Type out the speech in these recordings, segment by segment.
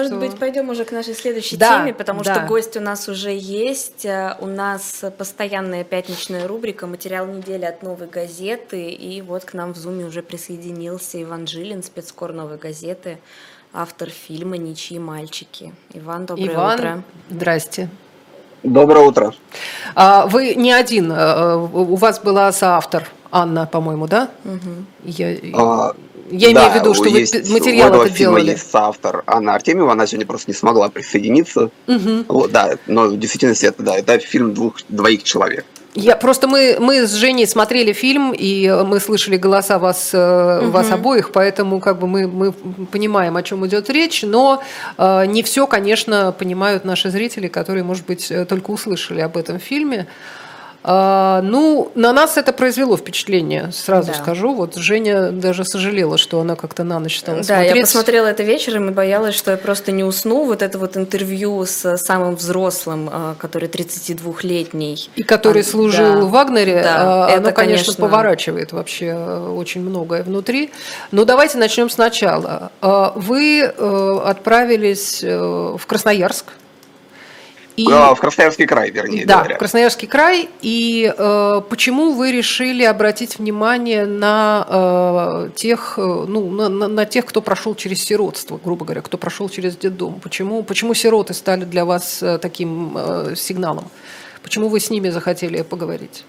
Может быть, пойдем уже к нашей следующей Да, теме, потому да. что гость у нас уже есть. У нас постоянная пятничная рубрика «Материал недели» от «Новой газеты». И вот к нам в Зуме уже присоединился Иван Жилин, спецкор «Новой газеты», автор фильма «Ничьи мальчики». Иван, доброе утро. Здрасте. Доброе утро. Вы не один, у вас была соавтор Анна, по-моему, да? Угу. Я имею в виду, что вы материал у этого это фильма делали. есть соавтор Анна Артемьева, она сегодня просто не смогла присоединиться. Вот, да, но в действительности это фильм двоих человек. Мы с Женей смотрели фильм, и мы слышали голоса вас обоих, поэтому как бы мы понимаем, о чем идет речь, но не все, конечно, понимают наши зрители, которые, может быть, только услышали об этом фильме. На нас это произвело впечатление, сразу скажу. Вот Женя даже сожалела, что она как-то на ночь стала смотреть. Да, я посмотрела это вечером и боялась, что я просто не усну. Вот это вот интервью с самым взрослым, который 32-летний. И который служил в Вагнере, оно, конечно, поворачивает вообще очень многое внутри. Но давайте начнем сначала. Вы отправились в Красноярск. В Красноярский край, вернее говоря. Да, в Красноярский край. И почему вы решили обратить внимание на тех, на тех, кто прошел через сиротство, грубо говоря, кто прошел через детдом? Почему сироты стали для вас таким сигналом? Почему вы с ними захотели поговорить?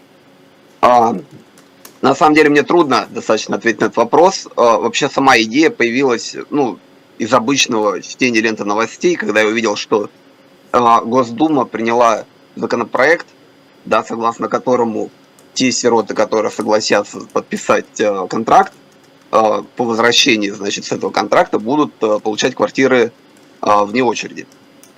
На самом деле мне трудно достаточно ответить на этот вопрос. Вообще сама идея появилась из обычного чтения ленты новостей, когда я увидел, что Госдума приняла законопроект, согласно которому те сироты, которые согласятся подписать контракт, по возвращении, с этого контракта будут получать квартиры вне очереди.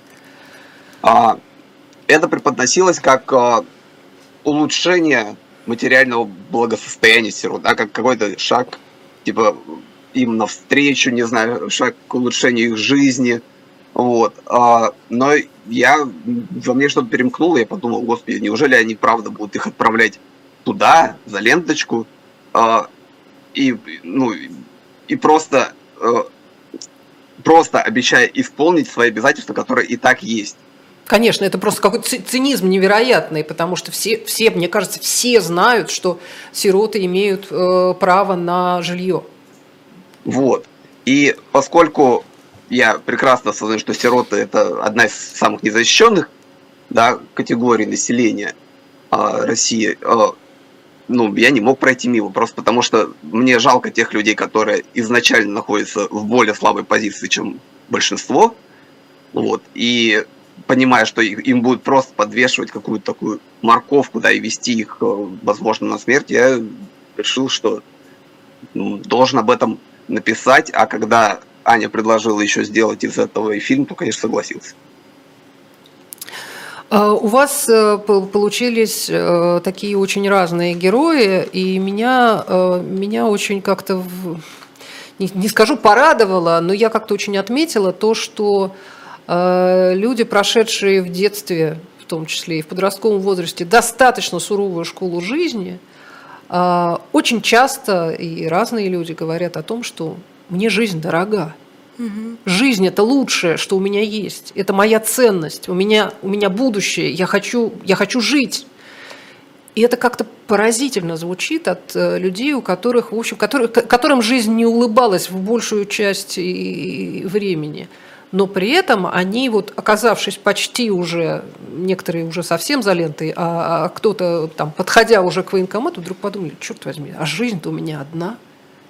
Это преподносилось как улучшение материального благосостояния сирот, как какой-то шаг, им навстречу, не знаю, шаг к улучшению их жизни. Вот. Но во мне что-то перемкнуло, я подумал, господи, неужели они правда будут их отправлять туда, за ленточку, и просто обещая исполнить свои обязательства, которые и так есть. Конечно, это просто какой-то цинизм невероятный, потому что все, мне кажется, все знают, что сироты имеют право на жилье. Вот. И поскольку я прекрасно осознаю, что сироты – это одна из самых незащищенных категорий населения России. Я не мог пройти мимо, просто потому что мне жалко тех людей, которые изначально находятся в более слабой позиции, чем большинство. Вот. И понимая, что им будет просто подвешивать какую-то такую морковку, и вести их, возможно, на смерть, я решил, что должен об этом написать, а когда Аня предложила еще сделать из этого и фильм, то, конечно, согласился. У вас получились такие очень разные герои, и меня очень как-то, не скажу порадовало, но я как-то очень отметила то, что люди, прошедшие в детстве, в том числе и в подростковом возрасте, достаточно суровую школу жизни, очень часто и разные люди говорят о том, что мне жизнь дорога. Жизнь – это лучшее, что у меня есть. Это моя ценность. У меня будущее. Я хочу жить. И это как-то поразительно звучит от людей, у которых, в общем, которым жизнь не улыбалась в большую часть времени. Но при этом они, оказавшись почти уже, некоторые уже совсем за лентой, а кто-то там, подходя уже к военкомату, вдруг подумали, черт возьми, а жизнь-то у меня одна.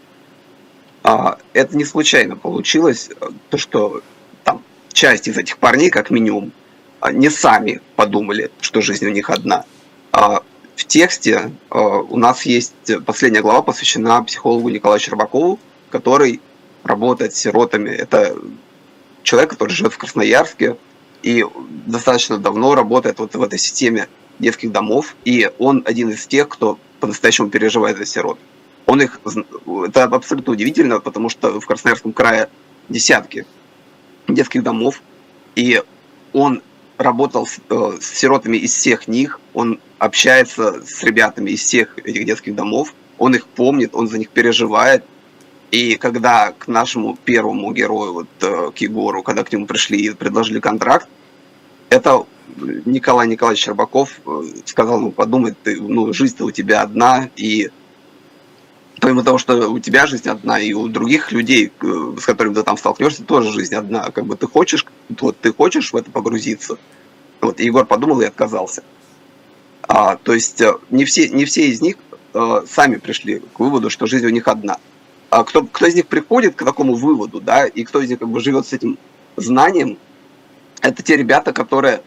Это не случайно получилось, то, что там часть из этих парней, как минимум, не сами подумали, что жизнь у них одна. В тексте у нас есть последняя глава, посвящена психологу Николаю Щербакову, который работает с сиротами. Это человек, который живет в Красноярске и достаточно давно работает в этой системе детских домов, и он один из тех, кто по-настоящему переживает за сирот. Это абсолютно удивительно, потому что в Красноярском крае десятки детских домов, и он работал с сиротами из всех них, он общается с ребятами из всех этих детских домов, он их помнит, он за них переживает, И когда к нашему первому герою, вот к Егору, когда к нему пришли и предложили контракт, это Николай Николаевич Щербаков сказал, ну подумай, жизнь-то у тебя одна, и помимо того, что у тебя жизнь одна, и у других людей, с которыми ты там столкнешься, тоже жизнь одна. Как бы ты хочешь в это погрузиться. Вот, и Егор подумал и отказался. То есть не все из них сами пришли к выводу, что жизнь у них одна. А кто из них приходит к такому выводу, да, и кто из них как бы живет с этим знанием, это те ребята, которые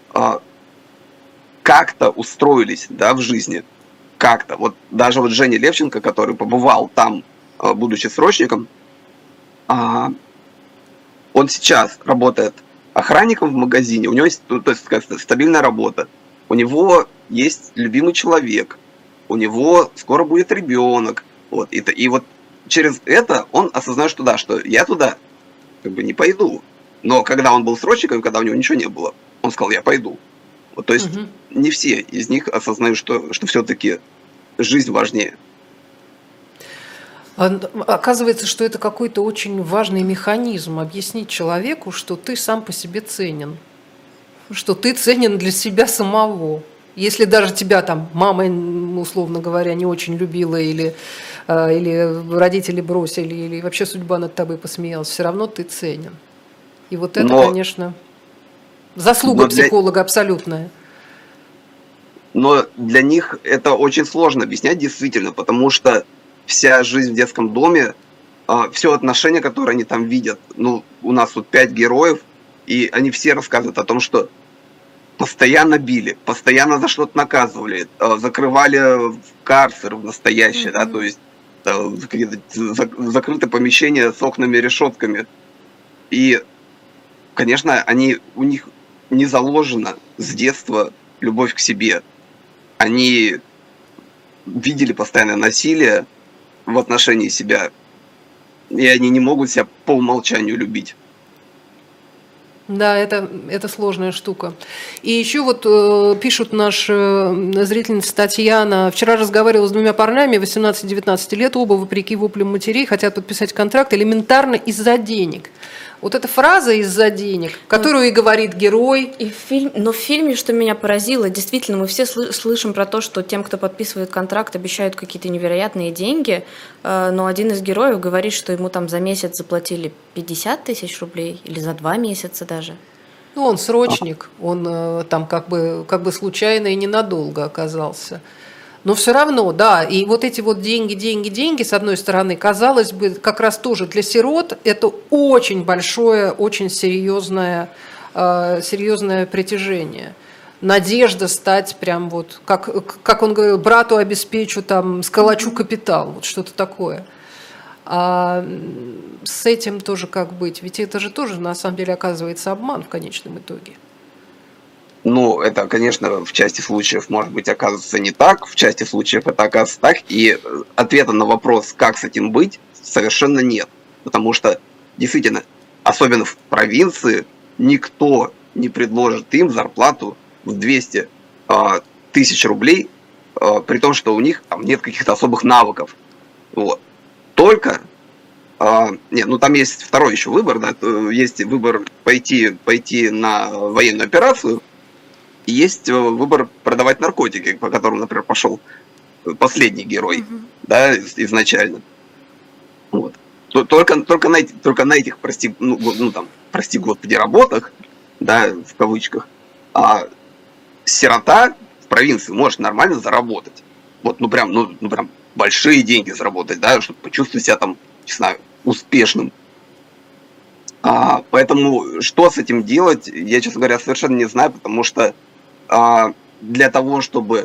как-то устроились, да, в жизни. Как-то. Вот даже вот Женя Левченко, который побывал там, будучи срочником, он сейчас работает охранником в магазине, у него есть, то есть такая стабильная работа, у него есть любимый человек, у него скоро будет ребенок, вот, и вот через это он осознает, что да, что я туда как бы не пойду. Но когда он был срочником, когда у него ничего не было, он сказал, я пойду. Вот, то есть не все из них осознают, что все-таки жизнь важнее. Оказывается, что это какой-то очень важный механизм объяснить человеку, что ты сам по себе ценен, что ты ценен для себя самого. Если даже тебя там мама, условно говоря, не очень любила, или родители бросили, или вообще судьба над тобой посмеялась, все равно ты ценен. И вот это, конечно, заслуга психолога абсолютная. Но для них это очень сложно объяснять действительно, потому что вся жизнь в детском доме, все отношения, которые они там видят, ну, у нас тут 5 героев, и они все рассказывают о том, что постоянно били, постоянно за что-то наказывали, закрывали в карцер в настоящее, да, то есть закрытое помещение с окнами, решетками. И, конечно, у них не заложена с детства любовь к себе. Они видели постоянное насилие в отношении себя, и они не могут себя по умолчанию любить. Да, это сложная штука. И еще вот пишут наша зрительница Татьяна. Вчера разговаривала с 2 парнями 18-19 лет, оба, вопреки воплям матерей, хотят подписать контракт элементарно из-за денег. Вот эта фраза «из-за денег», которую и говорит герой. Но в фильме, что меня поразило, действительно, мы все слышим про то, что тем, кто подписывает контракт, обещают какие-то невероятные деньги, но один из героев говорит, что ему там за месяц заплатили 50 тысяч рублей или за 2 месяца даже. Ну, он срочник, он там как бы случайно и ненадолго оказался. Но все равно, да, и вот эти вот деньги, с одной стороны, казалось бы, как раз тоже для сирот это очень большое, очень серьезное притяжение. Надежда стать прям вот, как он говорил, брату обеспечу, там, сколочу капитал, вот что-то такое. А с этим тоже как быть? Ведь это же тоже, на самом деле, оказывается обман в конечном итоге. Ну, это, конечно, в части случаев, может быть, оказывается не так, в части случаев это оказывается так, и ответа на вопрос, как с этим быть, совершенно нет. Потому что, действительно, особенно в провинции, никто не предложит им зарплату в 200 тысяч рублей, при том, что у них там нет каких-то особых навыков. Вот. Только, там есть второй еще выбор, да, есть выбор пойти на военную операцию, и есть выбор продавать наркотики, по которому, например, пошел последний герой, да, изначально. Вот. Только на этих, прости господи, работах, да, в кавычках, сирота в провинции может нормально заработать. Вот, прям большие деньги заработать, да, чтобы почувствовать себя там, не знаю, успешным. Поэтому что с этим делать, я, честно говоря, совершенно не знаю, потому что для того, чтобы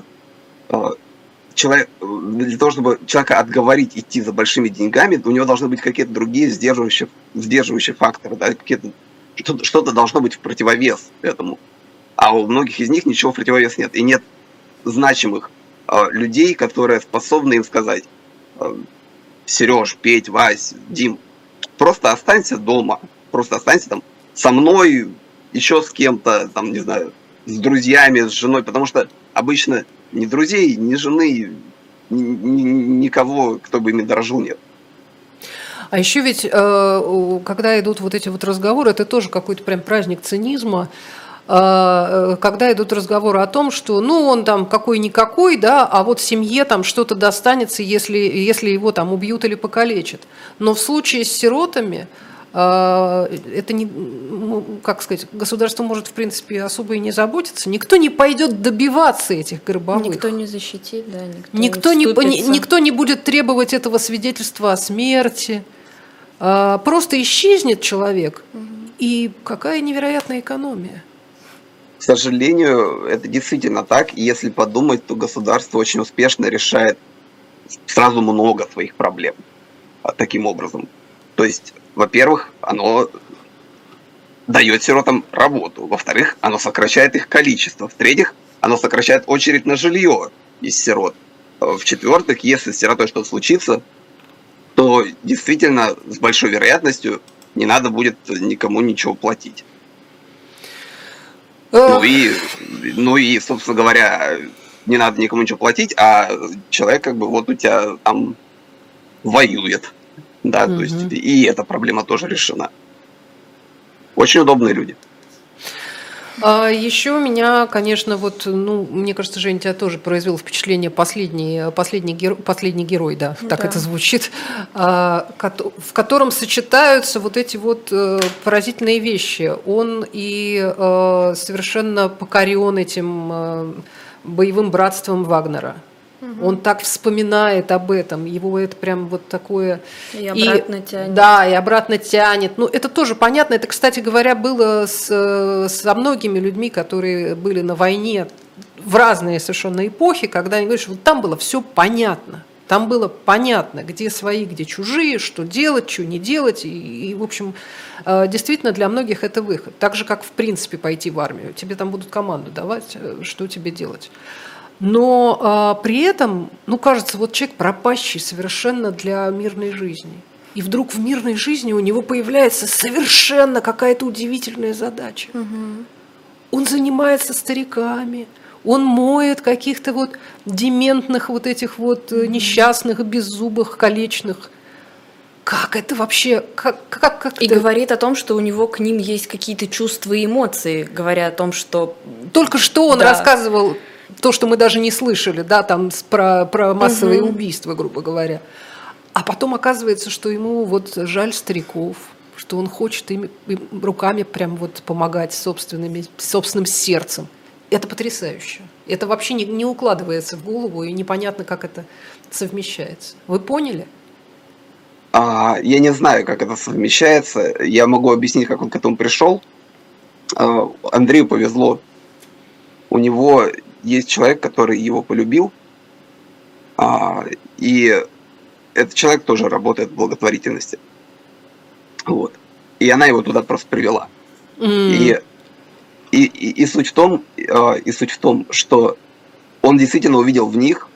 человека отговорить идти за большими деньгами, у него должны быть какие-то другие сдерживающие факторы, да, что-то должно быть в противовес этому. А у многих из них ничего в противовес нет. И нет значимых людей, которые способны им сказать: Сереж, Петь, Вась, Дим, просто останься дома, просто останься там со мной, еще с кем-то, там, не знаю, с друзьями, с женой, потому что обычно ни друзей, ни жены, никого, кто бы ими дорожил, нет. А еще ведь, когда идут вот эти вот разговоры, это тоже какой-то прям праздник цинизма, когда идут разговоры о том, что, ну, он там какой-никакой, да, а вот семье там что-то достанется, если его там убьют или покалечат. Но в случае с сиротами это не, как сказать, государство может, в принципе, особо и не заботиться. Никто не пойдет добиваться этих гробовых. Никто не защитит, да, никто никто не будет требовать этого свидетельства о смерти. Просто исчезнет человек, и какая невероятная экономия. К сожалению, это действительно так. И если подумать, то государство очень успешно решает сразу много своих проблем таким образом. То есть, во-первых, оно дает сиротам работу. Во-вторых, оно сокращает их количество. В-третьих, оно сокращает очередь на жилье из сирот. В-четвертых, если с сиротой что-то случится, то действительно с большой вероятностью не надо будет никому ничего платить. Ну и, собственно говоря, не надо никому ничего платить, а человек как бы вот у тебя там воюет. Да, то есть и эта проблема тоже решена. Очень удобные люди. Еще у меня, конечно, вот, ну, мне кажется, Жень, тебя тоже произвел впечатление последний герой, да, так это звучит, в котором сочетаются вот эти вот поразительные вещи. Он и совершенно покорен этим боевым братством Вагнера. Он так вспоминает об этом, его это прям вот такое... И обратно тянет. Да, и обратно тянет. Ну, это тоже понятно. Это, кстати говоря, было со многими людьми, которые были на войне в разные совершенно эпохи, когда они говорят, что вот там было все понятно. Там было понятно, где свои, где чужие, что делать, что не делать. И, в общем, действительно для многих это выход. Так же, как, в принципе, пойти в армию. Тебе там будут команду давать, что тебе делать. Но при этом, ну, кажется, вот человек пропащий совершенно для мирной жизни. И вдруг в мирной жизни у него появляется совершенно какая-то удивительная задача. Он занимается стариками, он моет каких-то вот дементных вот этих вот несчастных, беззубых, калечных. Как это вообще? Как и это? Говорит о том, что у него к ним есть какие-то чувства и эмоции, говоря о том, что... Только что он рассказывал... То, что мы даже не слышали, да, там про массовые убийства, грубо говоря. А потом оказывается, что ему вот жаль стариков, что он хочет им руками прям вот помогать собственным сердцем. Это потрясающе. Это вообще не укладывается в голову, и непонятно, как это совмещается. Вы поняли? Я не знаю, как это совмещается. Я могу объяснить, как он к этому пришел. Андрею повезло. У него есть человек, который его полюбил, и этот человек тоже работает в благотворительности. Вот. И она его туда просто привела. И суть в том, что он действительно увидел в них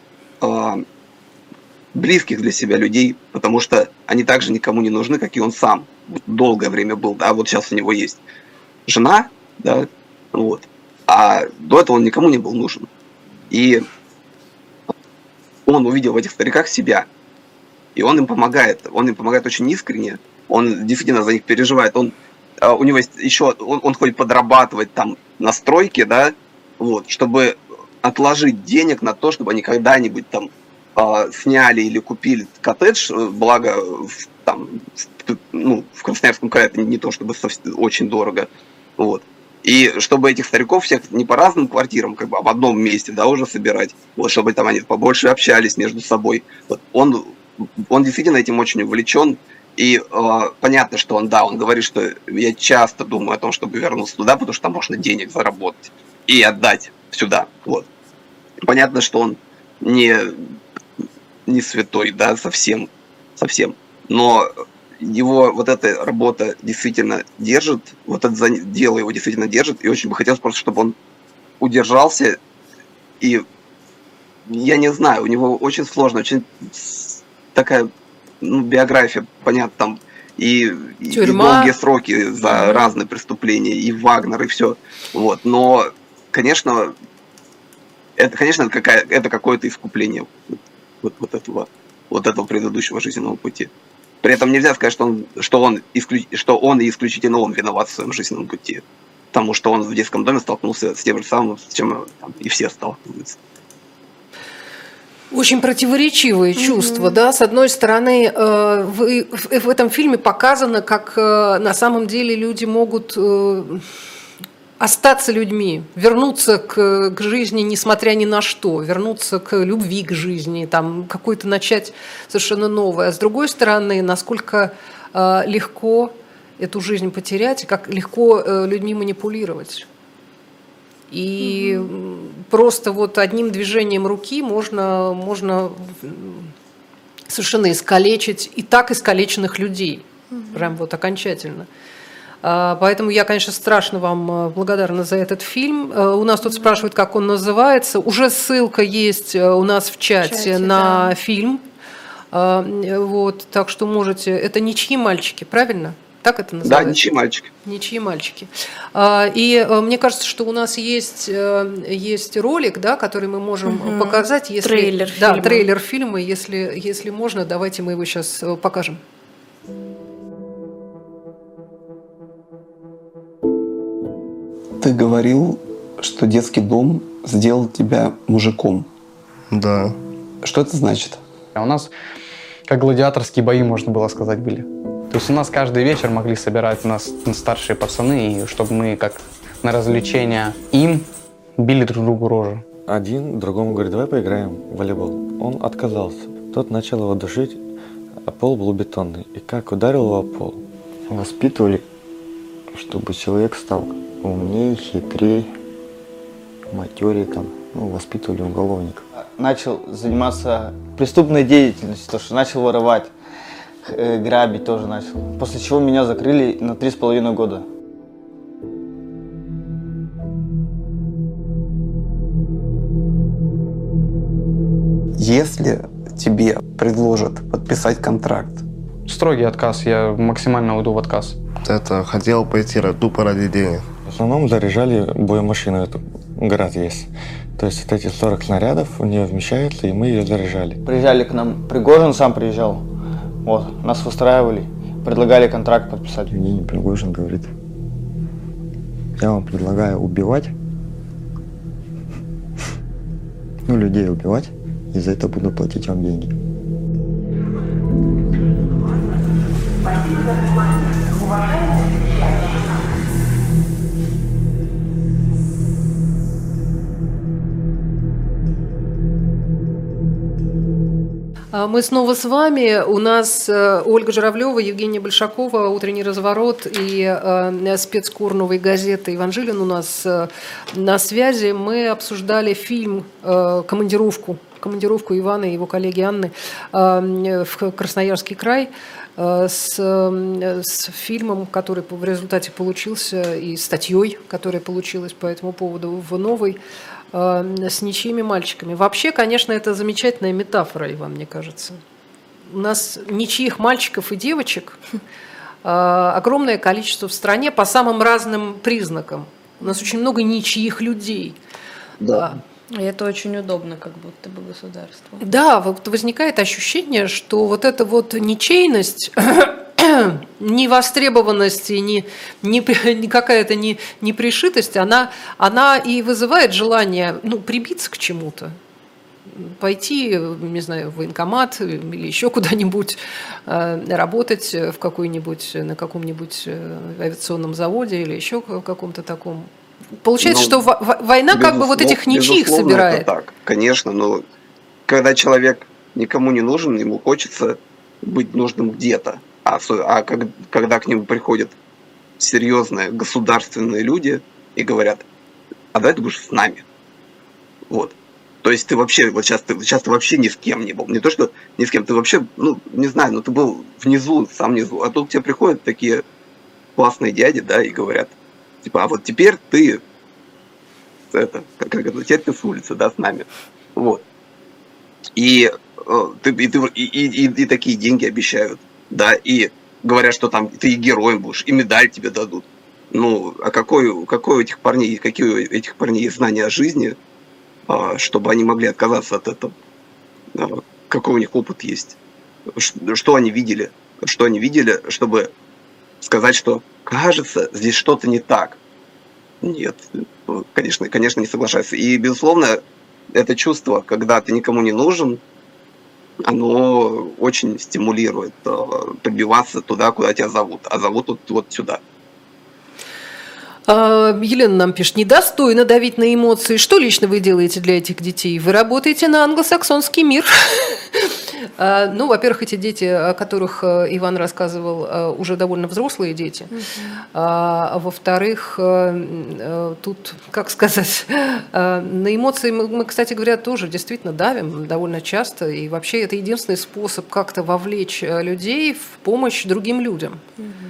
близких для себя людей, потому что они также никому не нужны, как и он сам. Долгое время был, да, вот сейчас у него есть жена, да, вот. А до этого он никому не был нужен. И он увидел в этих стариках себя. И он им помогает. Он им помогает очень искренне. Он действительно за них переживает. У него есть еще... Он ходит подрабатывать там на стройке, да, вот, чтобы отложить денег на то, чтобы они когда-нибудь там сняли или купили коттедж. Благо, в Красноярском крае это не то, чтобы очень дорого. Вот. И чтобы этих стариков всех не по разным квартирам, как бы, а в одном месте, да, уже собирать, вот, чтобы там они побольше общались между собой. Вот, он действительно этим очень увлечен. И понятно, что он говорит, что я часто думаю о том, чтобы вернуться туда, потому что там можно денег заработать и отдать сюда. Вот. Понятно, что он не святой, да, совсем. Но его вот эта работа действительно держит, вот это дело его действительно держит, и очень бы хотелось просто, чтобы он удержался, и я не знаю, у него очень сложно, очень такая биография, понятно, там и долгие сроки за разные преступления, и Вагнер, и все, вот, но, конечно, это какое-то искупление вот этого предыдущего жизненного пути. При этом нельзя сказать, что он и исключительно он виноват в своем жизненном пути. Потому что он в детском доме столкнулся с тем же самым, с чем там, и все сталкиваются. Очень противоречивые чувства, да. С одной стороны, в этом фильме показано, как на самом деле люди могут остаться людьми, вернуться к жизни, несмотря ни на что, вернуться к любви к жизни, там, какой-то начать совершенно новое. А с другой стороны, насколько легко эту жизнь потерять, и как легко людьми манипулировать. И просто вот одним движением руки можно совершенно искалечить и так искалеченных людей. Прям вот окончательно. Поэтому я, конечно, страшно вам благодарна за этот фильм. У нас тут спрашивают, как он называется. Уже ссылка есть у нас в чате на фильм. Вот, так что можете... Это «Ничьи мальчики», правильно? Так это называется? Да, «Ничьи мальчики». «Ничьи мальчики». И мне кажется, что у нас есть ролик, да, который мы можем показать. Если, трейлер фильма. Да, трейлер фильма. Если можно, давайте мы его сейчас покажем. Ты говорил, что детский дом сделал тебя мужиком. Да. Что это значит? А у нас как гладиаторские бои, можно было сказать, были. То есть у нас каждый вечер могли собирать нас старшие пацаны, и чтобы мы как на развлечения им били друг другу рожу. Один другому говорит, давай поиграем в волейбол. Он отказался. Тот начал его душить, а пол был бетонный. И как ударил его о пол. Воспитывали, чтобы человек стал умнее, хитрее, матерее там. Воспитывали уголовника. Начал заниматься преступной деятельностью, то что начал воровать, грабить тоже начал. После чего меня закрыли на 3,5 года. Если тебе предложат подписать контракт, Строгий отказ, я максимально уйду в отказ. Это хотел пойти тупо ради денег. В основном заряжали боемашину, эту ГРАД есть. То есть вот эти 40 снарядов в нее вмещаются, и мы ее заряжали. Приезжали к нам, Пригожин сам приезжал, вот, нас выстраивали, предлагали контракт подписать. Евгений Пригожин говорит, я вам предлагаю убивать, людей убивать, и за это буду платить вам деньги. Мы снова с вами. У нас Ольга Журавлева, Евгения Большакова, «Утренний разворот» и спецкор «Новой газеты» Иван Жилин у нас на связи. Мы обсуждали фильм «Командировку» Ивана и его коллеги Анны в Красноярский край с фильмом, который в результате получился, и статьей, которая получилась по этому поводу в «Новой», с ничьими мальчиками. Вообще, конечно, это замечательная метафора, Иван, мне кажется. У нас ничьих мальчиков и девочек огромное количество в стране по самым разным признакам. У нас очень много ничьих людей. Да. И это очень удобно, как будто бы государству. Да, вот возникает ощущение, что вот эта вот ничейность, невостребованность и не какая-то непришитость, она и вызывает желание прибиться к чему-то. Пойти, не знаю, в военкомат или еще куда-нибудь работать на каком-нибудь авиационном заводе или еще в каком-то таком. Получается, что война как бы вот этих ничьих собирает. Это так, конечно, но когда человек никому не нужен, ему хочется быть нужным где-то. А когда к нему приходят серьезные государственные люди и говорят, а давай ты будешь с нами. Вот. То есть ты вообще, вот сейчас ты вообще ни с кем не был. Не то, что ни с кем, ты вообще, не знаю, ты был внизу, сам внизу. А тут к тебе приходят такие классные дяди, да, и говорят, типа, а вот теперь ты теперь ты с улицы, да, с нами. Вот. И такие деньги обещают, да, и говорят, что там ты и героем будешь, и медаль тебе дадут. А какие у этих парней есть знания о жизни, чтобы они могли отказаться от этого? Какой у них опыт есть? Что они видели? что они видели, чтобы сказать, что кажется, здесь что-то не так. Нет, конечно, не соглашаюсь. И, безусловно, это чувство, когда ты никому не нужен, оно очень стимулирует пробиваться туда, куда тебя зовут. А зовут вот сюда. Елена нам пишет, недостойно давить на эмоции. Что лично вы делаете для этих детей? Вы работаете на англосаксонский мир. Ну, во-первых, эти дети, о которых Иван рассказывал, уже довольно взрослые дети. Во-вторых, тут, как сказать, на эмоции мы, кстати говоря, тоже действительно давим довольно часто. И вообще это единственный способ как-то вовлечь людей в помощь другим людям.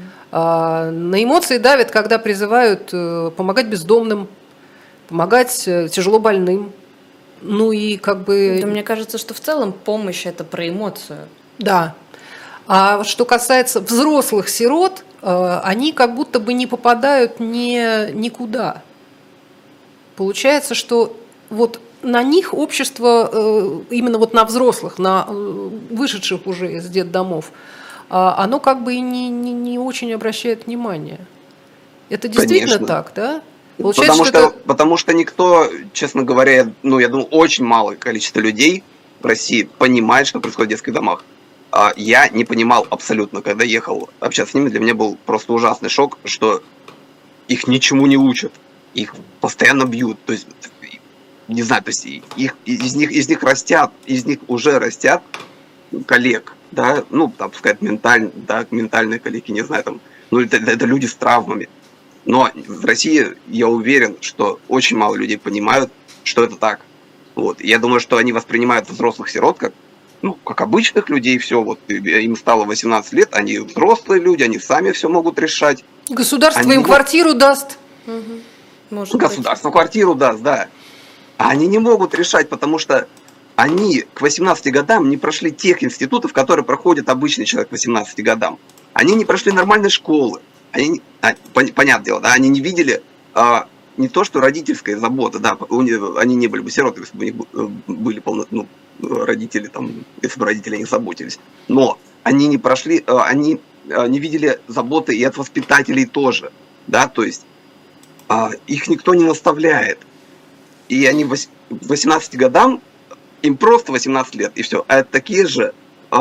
На эмоции давят, когда призывают помогать бездомным, помогать тяжело больным. Ну и как бы... Да, мне кажется, что в целом помощь – это про эмоцию. Да. А что касается взрослых сирот, они как будто бы не попадают никуда. Получается, что вот на них общество, именно вот на взрослых, на вышедших уже из детдомов, оно как бы и не очень обращает внимание. Это действительно Конечно. Так, да? Потому что никто, честно говоря, я думаю, очень малое количество людей в России понимает, что происходит в детских домах. Я не понимал абсолютно, когда ехал общаться с ними, для меня был просто ужасный шок, что их ничему не учат, их постоянно бьют, то есть, не знаю, то есть из них уже растят коллег, да, ну, там, пускай ментальные коллеги, не знаю, там, ну, это люди с травмами. Но в России я уверен, что очень мало людей понимают, что это так. Вот. Я думаю, что они воспринимают взрослых сирот как обычных людей, все, вот им стало 18 лет, они взрослые люди, они сами все могут решать. Государство им квартиру даст. Государство квартиру даст, да. А они не могут решать, потому что они к 18 годам не прошли тех институтов, которые проходит обычный человек к 18 годам. Они не прошли нормальной школы. Понятное дело, да, они не видели не то, что родительская забота, да, они не были бы сиротами, если бы у них были родители, там, если бы родители о них заботились. Но они не прошли, они не видели заботы и от воспитателей тоже, да, то есть их никто не наставляет. И они к 18 годам, им просто 18 лет, и все. А это такие же,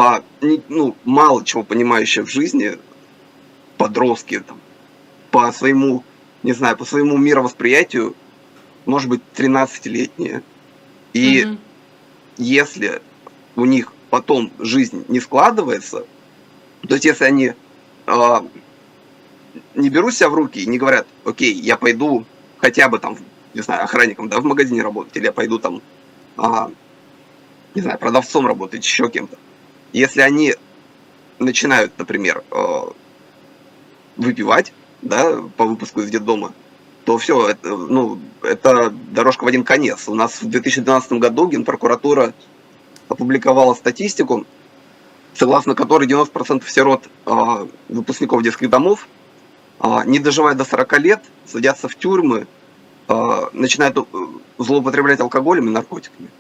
мало чего понимающие в жизни подростки, там, по своему мировосприятию, может быть, 13-летние. И если у них потом жизнь не складывается, то есть если они не берут себя в руки и не говорят, окей, я пойду хотя бы там, не знаю, охранником, да, в магазине работать, или я пойду там, не знаю, продавцом работать, еще кем-то. Если они начинают, например, выпивать, да, по выпуску из детдома, то все, это дорожка в один конец. У нас в 2012 году Генпрокуратура опубликовала статистику, согласно которой 90% сирот выпускников детских домов, не доживая до 40 лет, садятся в тюрьмы, начинают злоупотреблять алкоголем и наркотиками.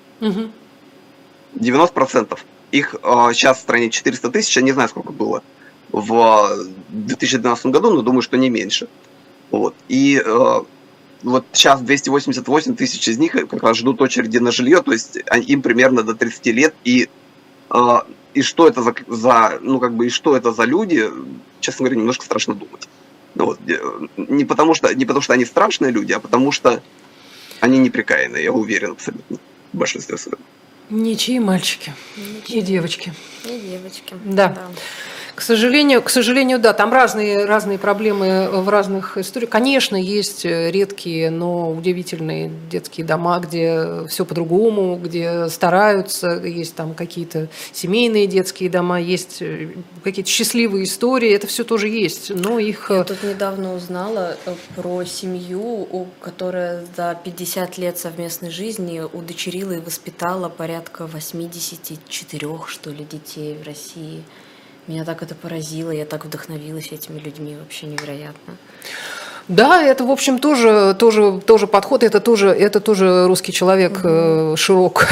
90%. Их сейчас в стране 400 тысяч, я не знаю, сколько было в 2012 году, но думаю, что не меньше. Вот. И вот сейчас 288 тысяч из них как раз ждут очереди на жилье, то есть им примерно до 30 лет. И что это и что это за люди, честно говоря, немножко страшно думать. Вот. Не потому что они страшные люди, а потому что они неприкаянные, я уверен абсолютно в большинстве своем. Ничьи мальчики и девочки. И девочки. Да. К сожалению, да, там разные проблемы в разных историях. Конечно, есть редкие, но удивительные детские дома, где все по-другому, где стараются, есть там какие-то семейные детские дома, есть какие-то счастливые истории, это все тоже есть, но их... Я тут недавно узнала про семью, которая за 50 лет совместной жизни удочерила и воспитала порядка 84, что ли, детей в России. Меня так это поразило, я так вдохновилась этими людьми, вообще невероятно. Да, это, в общем, тоже подход, это тоже русский человек широк.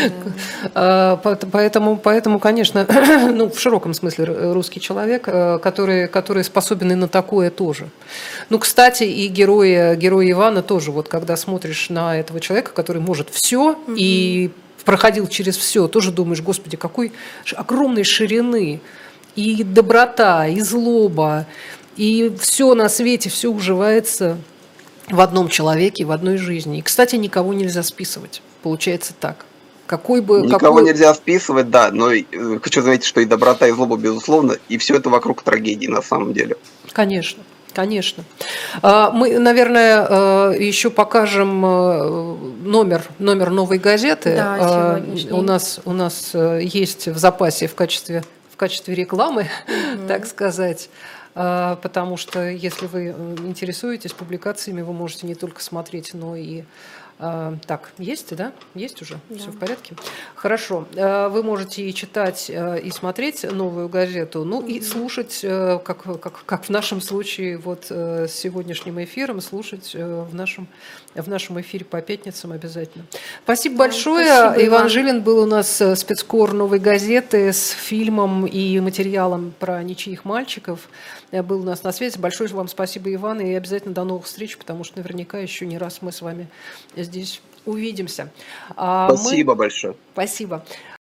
Поэтому, конечно, ну, в широком смысле русский человек, который способен и на такое тоже. Ну, кстати, и герои Ивана тоже, вот когда смотришь на этого человека, который может все и проходил через все, тоже думаешь, господи, какой огромной ширины и доброта, и злоба, и все на свете, все уживается в одном человеке, в одной жизни. И, кстати, никого нельзя списывать. Получается так. Никого нельзя списывать, да, но хочу заметить, что и доброта, и злоба, безусловно, и все это вокруг трагедии на самом деле. Конечно. Конечно. Мы, наверное, еще покажем номер новой газеты. Да, у нас есть в запасе в качестве рекламы, так сказать. Потому что если вы интересуетесь публикациями, вы можете не только смотреть, но и... Так, есть, да? Есть уже? Да. Все в порядке? Хорошо. Вы можете и читать, и смотреть новую газету, ну и слушать, как в нашем случае, вот с сегодняшним эфиром, слушать в нашем эфире по пятницам обязательно. Спасибо большое. Спасибо, Иван Жилин был у нас спецкор новой газеты с фильмом и материалом про ничьих мальчиков. Был у нас на связи. Большое вам спасибо, Иван, и обязательно до новых встреч, потому что наверняка еще не раз мы с вами здесь увидимся. Спасибо большое. Спасибо.